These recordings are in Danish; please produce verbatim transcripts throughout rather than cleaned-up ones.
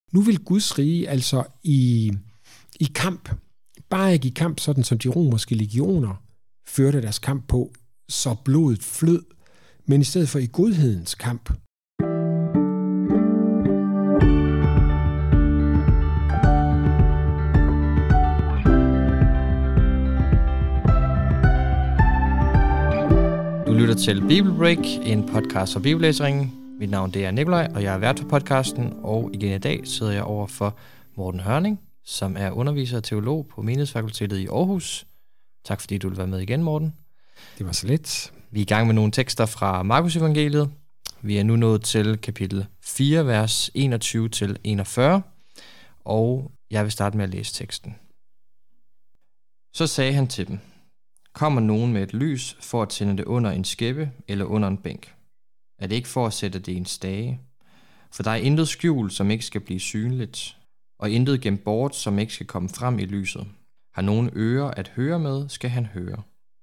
Nu vil Guds rige altså i, i kamp, bare ikke i kamp, sådan som de romerske legioner førte deres kamp på, så blodet flød, men i stedet for i godhedens kamp. Du lytter til Bibelbreak, en podcast for bibellæseringen. Mit navn det er Nikolaj, og jeg er vært for podcasten, og igen i dag sidder jeg over for Morten Hørning, som er underviser og teolog på Menighedsfakultetet i Aarhus. Tak fordi du vil være med igen, Morten. Det var så let. Vi er i gang med nogle tekster fra Markus evangeliet. Vi er nu nået til kapitel fire, vers enogtyve til enogfyrre, og jeg vil starte med at læse teksten. Så sagde han til dem: Kommer nogen med et lys for at tænde det under en skæppe eller under en bænk? Er det ikke for at sætte det i en stage? For der er intet skjult, som ikke skal blive synligt, og intet gemt bort, som ikke skal komme frem i lyset. Har nogen ører at høre med, skal han høre.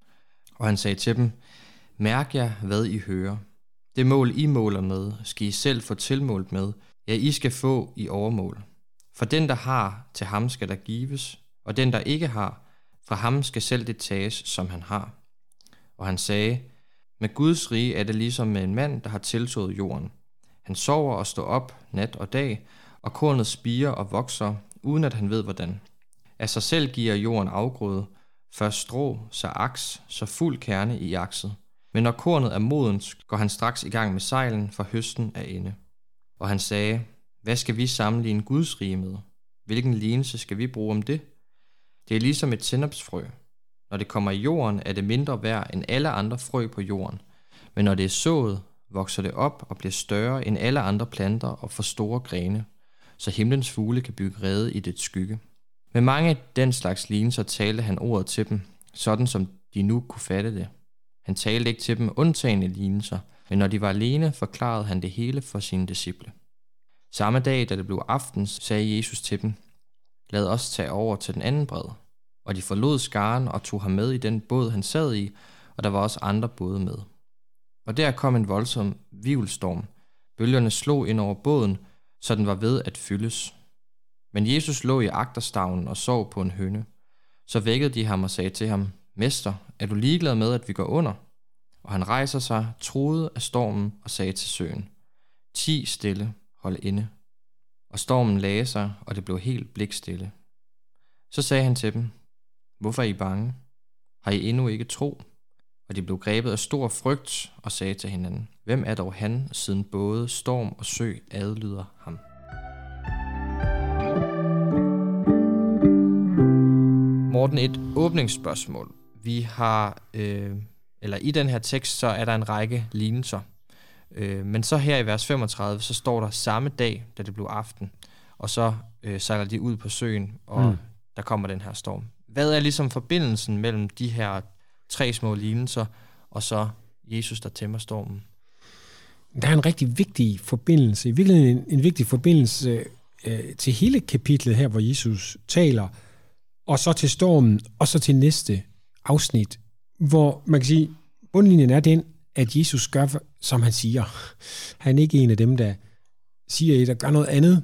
Og han sagde til dem: Mærk jer, hvad I hører. Det mål, I måler med, skal I selv få tilmålt med. Ja, I skal få i overmål. For den, der har, til ham skal der gives, og den, der ikke har, fra ham skal selv det tages, som han har. Og han sagde: Med Guds rige er det ligesom med en mand, der har tilsået jorden. Han sover og står op nat og dag, og kornet spirer og vokser, uden at han ved hvordan. Af sig selv giver jorden afgrøde, først strå, så aks, så fuld kerne i akset. Men når kornet er modent, går han straks i gang med sejlen, for høsten er inde. Og han sagde: Hvad skal vi sammenligne Guds rige med? Hvilken lignelse skal vi bruge om det? Det er ligesom et sennepsfrø. Når det kommer i jorden, er det mindre værd end alle andre frø på jorden. Men når det er sået, vokser det op og bliver større end alle andre planter og får store grene, så himlens fugle kan bygge rede i dets skygge. Med mange af den slags lignelser talte han ordet til dem, sådan som de nu kunne fatte det. Han talte ikke til dem undtagende lignelser, men når de var alene, forklarede han det hele for sine disciple. Samme dag, da det blev aften, sagde Jesus til dem: Lad os tage over til den anden bred. Og de forlod skaren og tog ham med i den båd, han sad i, og der var også andre både med. Og der kom en voldsom hvirvelstorm. Bølgerne slog ind over båden, så den var ved at fyldes. Men Jesus lå i agterstavnen og sov på en høne. Så vækkede de ham og sagde til ham: Mester, er du ligeglad med, at vi går under? Og han rejser sig, truede af stormen og sagde til søen: Ti stille, hold inde. Og stormen lagde sig, og det blev helt blikstille. Så sagde han til dem: Hvorfor er I bange? Har I endnu ikke tro? Og de blev grebet af stor frygt og sagde til hinanden: Hvem er dog han, siden både storm og sø adlyder ham? Morten, et åbningsspørgsmål. Vi har, øh, eller i den her tekst, så er der en række lignelser. Øh, men så her i vers femogtredive, så står der samme dag, da det blev aften, og så øh, sejler de ud på søen, og mm. der kommer den her storm. Hvad er ligesom forbindelsen mellem de her tre små lignelser, og så Jesus, der tæmmer stormen? Der er en rigtig vigtig forbindelse, i virkeligheden en, en vigtig forbindelse øh, til hele kapitlet her, hvor Jesus taler, og så til stormen, og så til næste afsnit, hvor man kan sige, bundlinjen er den, at Jesus gør, som han siger. Han er ikke en af dem, der siger et og gør noget andet.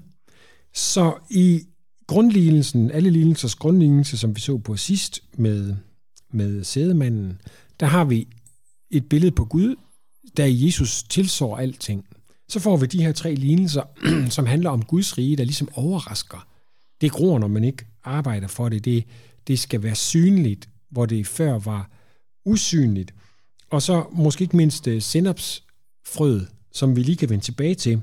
Så i grundlignelsen, alle lignelsers grundlignelse, som vi så på sidst med, med sædemanden, der har vi et billede på Gud, der Jesus tilsår alting. Så får vi de her tre lignelser, som handler om Guds rige, der ligesom overrasker. Det gror, når man ikke arbejder for det. Det, det skal være synligt, hvor det før var usynligt. Og så måske ikke mindst sennepsfrøet, som vi lige kan vende tilbage til,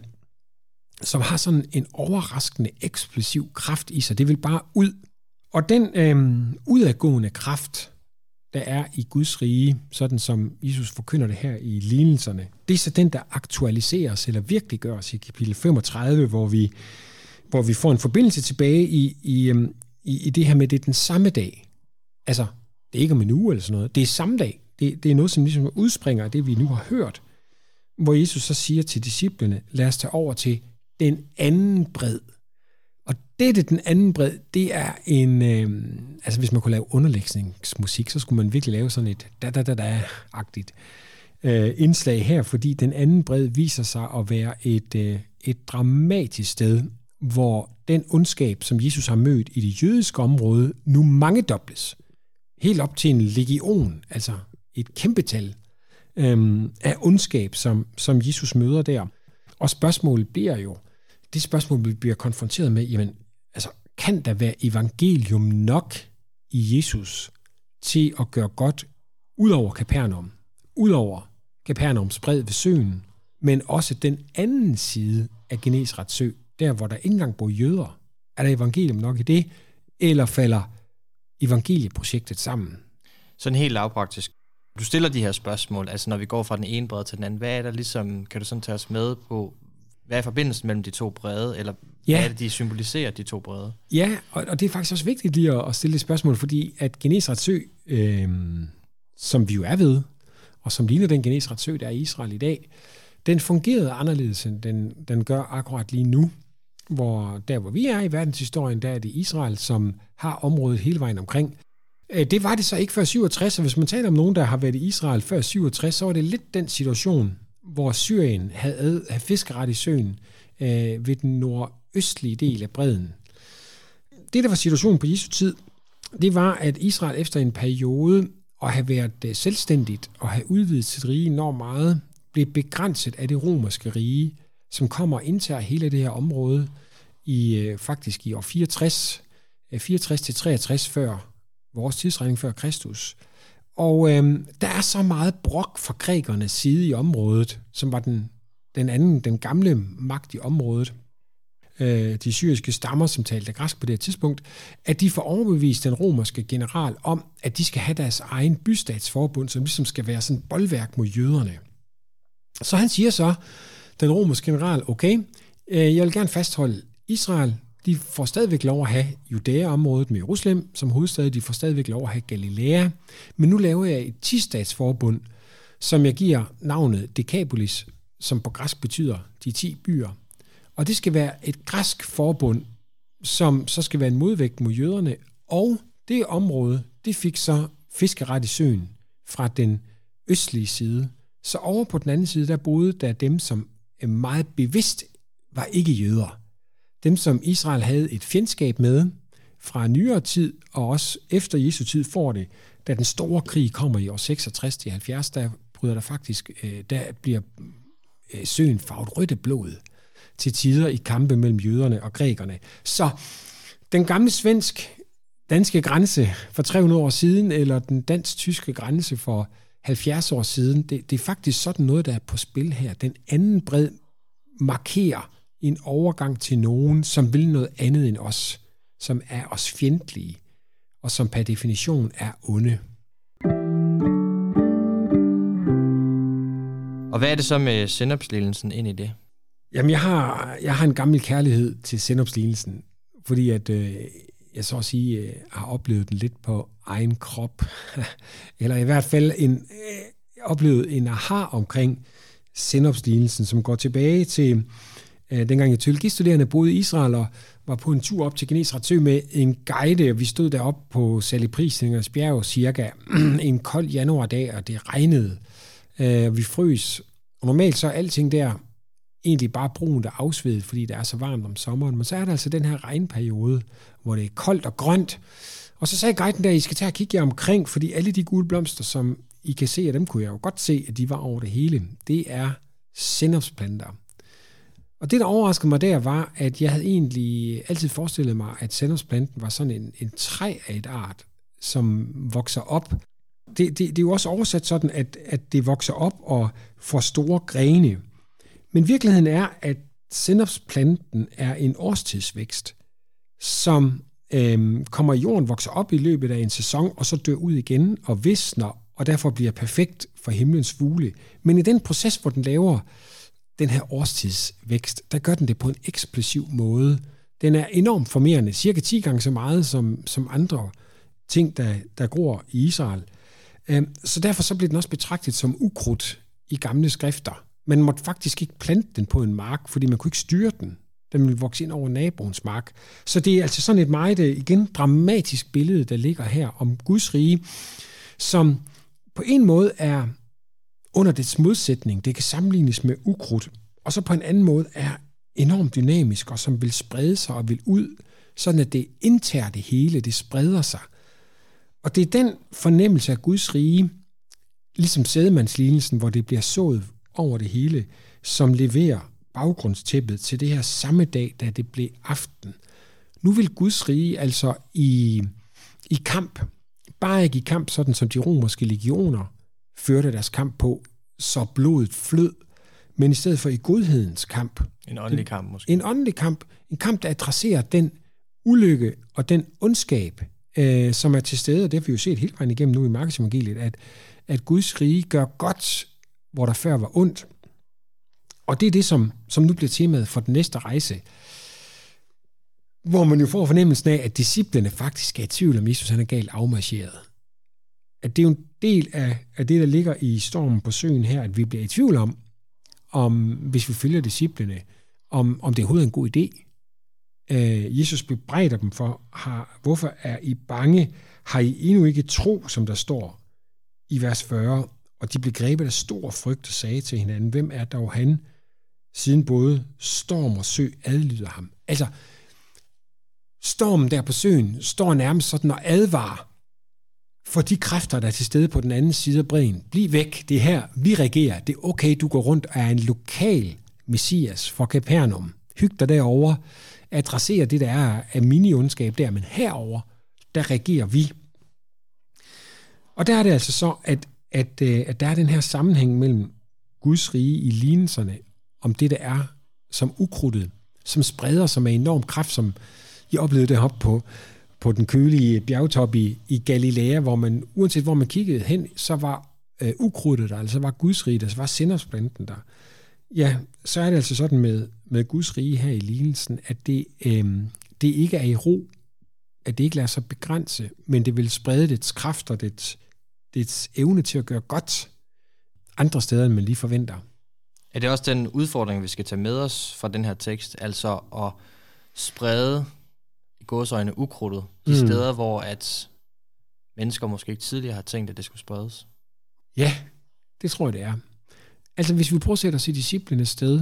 som har sådan en overraskende eksplosiv kraft i sig. Det vil bare ud. Og den øh, udadgående kraft, der er i Guds rige, sådan som Jesus forkynder det her i lignelserne, det er så den, der aktualiseres eller virkelig gøres i kapitel femogtredive, hvor vi, hvor vi får en forbindelse tilbage i, i, i, i det her med, det er den samme dag. Altså, det er ikke om en uge eller sådan noget. Det er samme dag. Det, det er noget, som ligesom udspringer af det, vi nu har hørt. Hvor Jesus så siger til disciplene: lad os tage over til den anden bred. Og dette, den anden bred, det er en... Øh, altså, hvis man kunne lave underlægningsmusik, så skulle man virkelig lave sådan et da-da-da-da-agtigt øh, indslag her, fordi den anden bred viser sig at være et, øh, et dramatisk sted. hvor den ondskab, som Jesus har mødt i det jødiske område, nu mangedobles. Helt op til en legion, altså et kæmpetal øhm, af ondskab, som, som Jesus møder der. Og spørgsmålet bliver jo, det spørgsmål, vi bliver konfronteret med, jamen, altså, kan der være evangelium nok i Jesus til at gøre godt ud over Kapernaum, ud over Kapernaums bred ved søen, men også den anden side af Genesarets sø, der hvor der ikke engang bor jøder? Er der evangelium nok i det, eller falder evangelieprojektet sammen? Sådan helt lavpraktisk. Du stiller de her spørgsmål, altså når vi går fra den ene brede til den anden, hvad er der ligesom, kan du sådan tage os med på, hvad er forbindelsen mellem de to brede, eller ja. Hvad er det, de symboliserer, de to brede? Ja, og, og det er faktisk også vigtigt lige at, at stille et spørgsmål, fordi at Genesarets sø, øh, som vi jo er ved, og som ligner den Genesarets sø, der er i Israel i dag, den fungerede anderledes, end den, den gør akkurat lige nu, hvor der, hvor vi er i verdenshistorien, der er det Israel, som har området hele vejen omkring. Det var det så ikke før syvogtres, og hvis man taler om nogen, der har været i Israel før syvogtres, så var det lidt den situation, hvor Syrien havde, havde fiskeret i søen øh, ved den nordøstlige del af bredden. Det, der var situationen på Jesu tid, det var, at Israel efter en periode at have været øh, selvstændigt og have udvidet sit rige enormt meget, blev begrænset af det romerske rige, som kommer og indtager hele det her område i øh, faktisk i år fireogtres, øh, fireogtres til treogtres før vores tidsregning før Kristus. Og øh, der er så meget brok fra grækernes side i området, som var den, den anden, den gamle magt i området, øh, de syriske stammer, som talte græsk på det her tidspunkt, at de får overbevist den romerske general om, at de skal have deres egen bystatsforbund, som ligesom skal være sådan et boldværk mod jøderne. Så han siger så, den romerske general, okay, øh, jeg vil gerne fastholde Israel. De får stadigvæk lov at have Judæa-området med Jerusalem som hovedstad. De får stadigvæk lov at have Galilea. Men nu laver jeg et ti-statsforbund, som jeg giver navnet Decapolis, som på græsk betyder de ti byer. Og det skal være et græsk forbund, som så skal være en modvægt mod jøderne. Og det område, det fik så fiskeret i søen fra den østlige side. Så over på den anden side, der boede der dem, som meget bevidst var ikke jøder. Dem, som Israel havde et fjendskab med fra nyere tid, og også efter Jesu tid får det, da den store krig kommer i år seksogtres til halvfjerds, der bryder der faktisk, der bliver søen farvet rødt af blod til tider i kampe mellem jøderne og grækerne. Så den gamle svensk-danske grænse for tre hundrede år siden, eller den dansk-tyske grænse for halvfjerds år siden, det, det er faktisk sådan noget, der er på spil her. Den anden bred markerer en overgang til nogen, som vil noget andet end os, som er os fjendtlige, og som per definition er onde. Og hvad er det så med sennepslignelsen ind i det? Jamen, jeg har, jeg har en gammel kærlighed til sennepslignelsen, fordi at øh, jeg så at sige øh, har oplevet den lidt på egen krop, eller i hvert fald en, øh, oplevet en aha omkring sennepslignelsen, som går tilbage til dengang jeg teologistuderende boede i Israel og var på en tur op til Genesarets sø med en guide, og vi stod deroppe på Saligprisningernes bjerg cirka en kold januardag, og det regnede. Vi frøs, og normalt så er alting der egentlig bare brunt og afsvedet, fordi det er så varmt om sommeren, men så er der altså den her regnperiode, hvor det er koldt og grønt. Og så sagde guiden der, I skal tage og kigge jer omkring, fordi alle de gule blomster, som I kan se, og dem kunne jeg jo godt se, at de var over det hele, det er sennepsplanter. Og det, der overraskede mig der, var, at jeg havde egentlig altid forestillet mig, at sennepsplanten var sådan en, en træ af et art, som vokser op. Det, det, det er jo også oversat sådan, at, at det vokser op og får store grene. Men virkeligheden er, at sennepsplanten er en årstidsvækst, som øhm, kommer i jorden, vokser op i løbet af en sæson, og så dør ud igen og visner, og derfor bliver perfekt for himlens fugle. Men i den proces, hvor den laver den her årstidsvækst, der gør den det på en eksplosiv måde. Den er enormt formerende, cirka ti gange så meget som, som andre ting, der, der gror i Israel. Så derfor så blev den også betragtet som ukrudt i gamle skrifter. Man måtte faktisk ikke plante den på en mark, fordi man kunne ikke styre den. Den ville vokse ind over naboens mark. Så det er altså sådan et meget, igen, dramatisk billede, der ligger her om Guds rige, som på en måde er under dets modsætning. Det kan sammenlignes med ukrudt, og så på en anden måde er enormt dynamisk, og som vil sprede sig og vil ud, sådan at det indtager det hele, det spreder sig. Og det er den fornemmelse af Guds rige, ligesom sædemandslignelsen, hvor det bliver sået over det hele, som leverer baggrundstæppet til det her samme dag, da det blev aften. Nu vil Guds rige altså i, i kamp, bare ikke i kamp, sådan som de romerske legioner førte deres kamp på, så blodet flød, men i stedet for i godhedens kamp. En åndelig kamp måske. En åndelig kamp. En kamp, der adresserer den ulykke og den ondskab, øh, som er til stede, og det har vi jo set hele vejen igennem nu i Markus evangeliet, at, at Guds rige gør godt, hvor der før var ondt. Og det er det, som, som nu bliver temaet for den næste rejse, hvor man jo får fornemmelsen af, at disciplene faktisk er i tvivl om Jesus, han er galt afmarcheret. At det er jo en del af, af det, der ligger i stormen på søen her, at vi bliver i tvivl om, om hvis vi følger disciplene, om, om det overhovedet er en god idé. Øh, Jesus bebrejder dem for, har, hvorfor er I bange? Har I endnu ikke tro, som der står i vers fyrre? Og de blev grebet af stor frygt og sagde til hinanden, hvem er dog han, siden både storm og sø adlyder ham? Altså, stormen der på søen står nærmest sådan og advarer for de kræfter, der er til stede på den anden side af bredden. Bliv væk, det er her, vi regerer. Det er okay, du går rundt og er en lokal messias for Kapernaum. Hyg dig derovre, adresserer det, der er af mini-ondskab der, men herover der regerer vi. Og der er det altså så, at, at, at der er den her sammenhæng mellem Guds rige i lignelserne, om det, der er som ukrudtet, som spreder sig med enorm kraft, som I oplevede det heroppe på, på den kølige bjergtop i, i Galilea, hvor man, uanset hvor man kiggede hen, så var øh, ukrudtet der, altså var Guds rige der, så var sindersplanten der. Ja, så er det altså sådan med, med Guds rige her i lignelsen, at det, øh, det ikke er i ro, at det ikke lader sig begrænse, men det vil sprede dets kraft og dets, dets evne til at gøre godt andre steder, end man lige forventer. Er det også den udfordring, vi skal tage med os fra den her tekst, altså at sprede i gåseøjne ukrudtet, de mm. steder, hvor at mennesker måske ikke tidligere har tænkt, at det skulle spredes? Ja, det tror jeg, det er. Altså, hvis vi prøver at sætte os i disciplenes sted,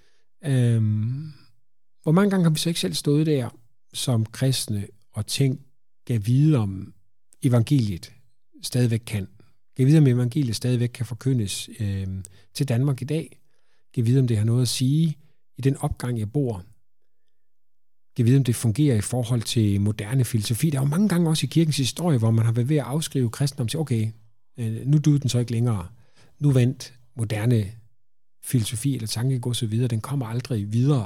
øhm, hvor mange gange har vi så ikke selv stået der som kristne og tænkt, gav vide om evangeliet stadigvæk kan. Gav vide om evangeliet stadigvæk kan forkyndes øhm, til Danmark i dag. Gav vide om det har noget at sige i den opgang, jeg bor. Gav vide om det fungerer i forhold til moderne filosofi. Der er jo mange gange også i kirkens historie, hvor man har været ved at afskrive kristendom til, okay, øh, nu duede den så ikke længere. Nu vandt moderne filosofi eller tankegods så videre, den kommer aldrig videre.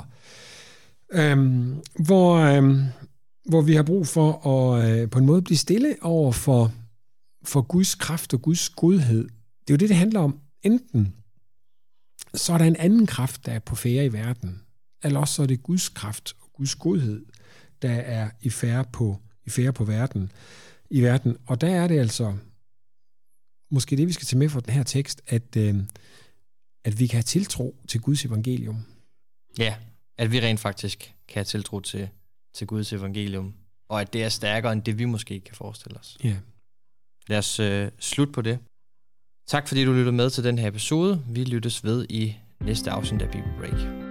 Øhm, hvor, øhm, hvor vi har brug for at øh, på en måde blive stille over for, for Guds kraft og Guds godhed. Det er jo det, det handler om. Enten så er der en anden kraft, der er på færde i verden, eller også så er det Guds kraft og Guds godhed, der er i færde på, i færde på verden, i verden. Og der er det altså måske det, vi skal tage med fra den her tekst, at, øh, at vi kan have tiltro til Guds evangelium. Ja, at vi rent faktisk kan have tiltro til, til Guds evangelium, og at det er stærkere end det, vi måske kan forestille os. Ja. Lad os øh, slutte på det. Tak fordi du lyttede med til den her episode. Vi lyttes ved i næste afsnit af Bible Break.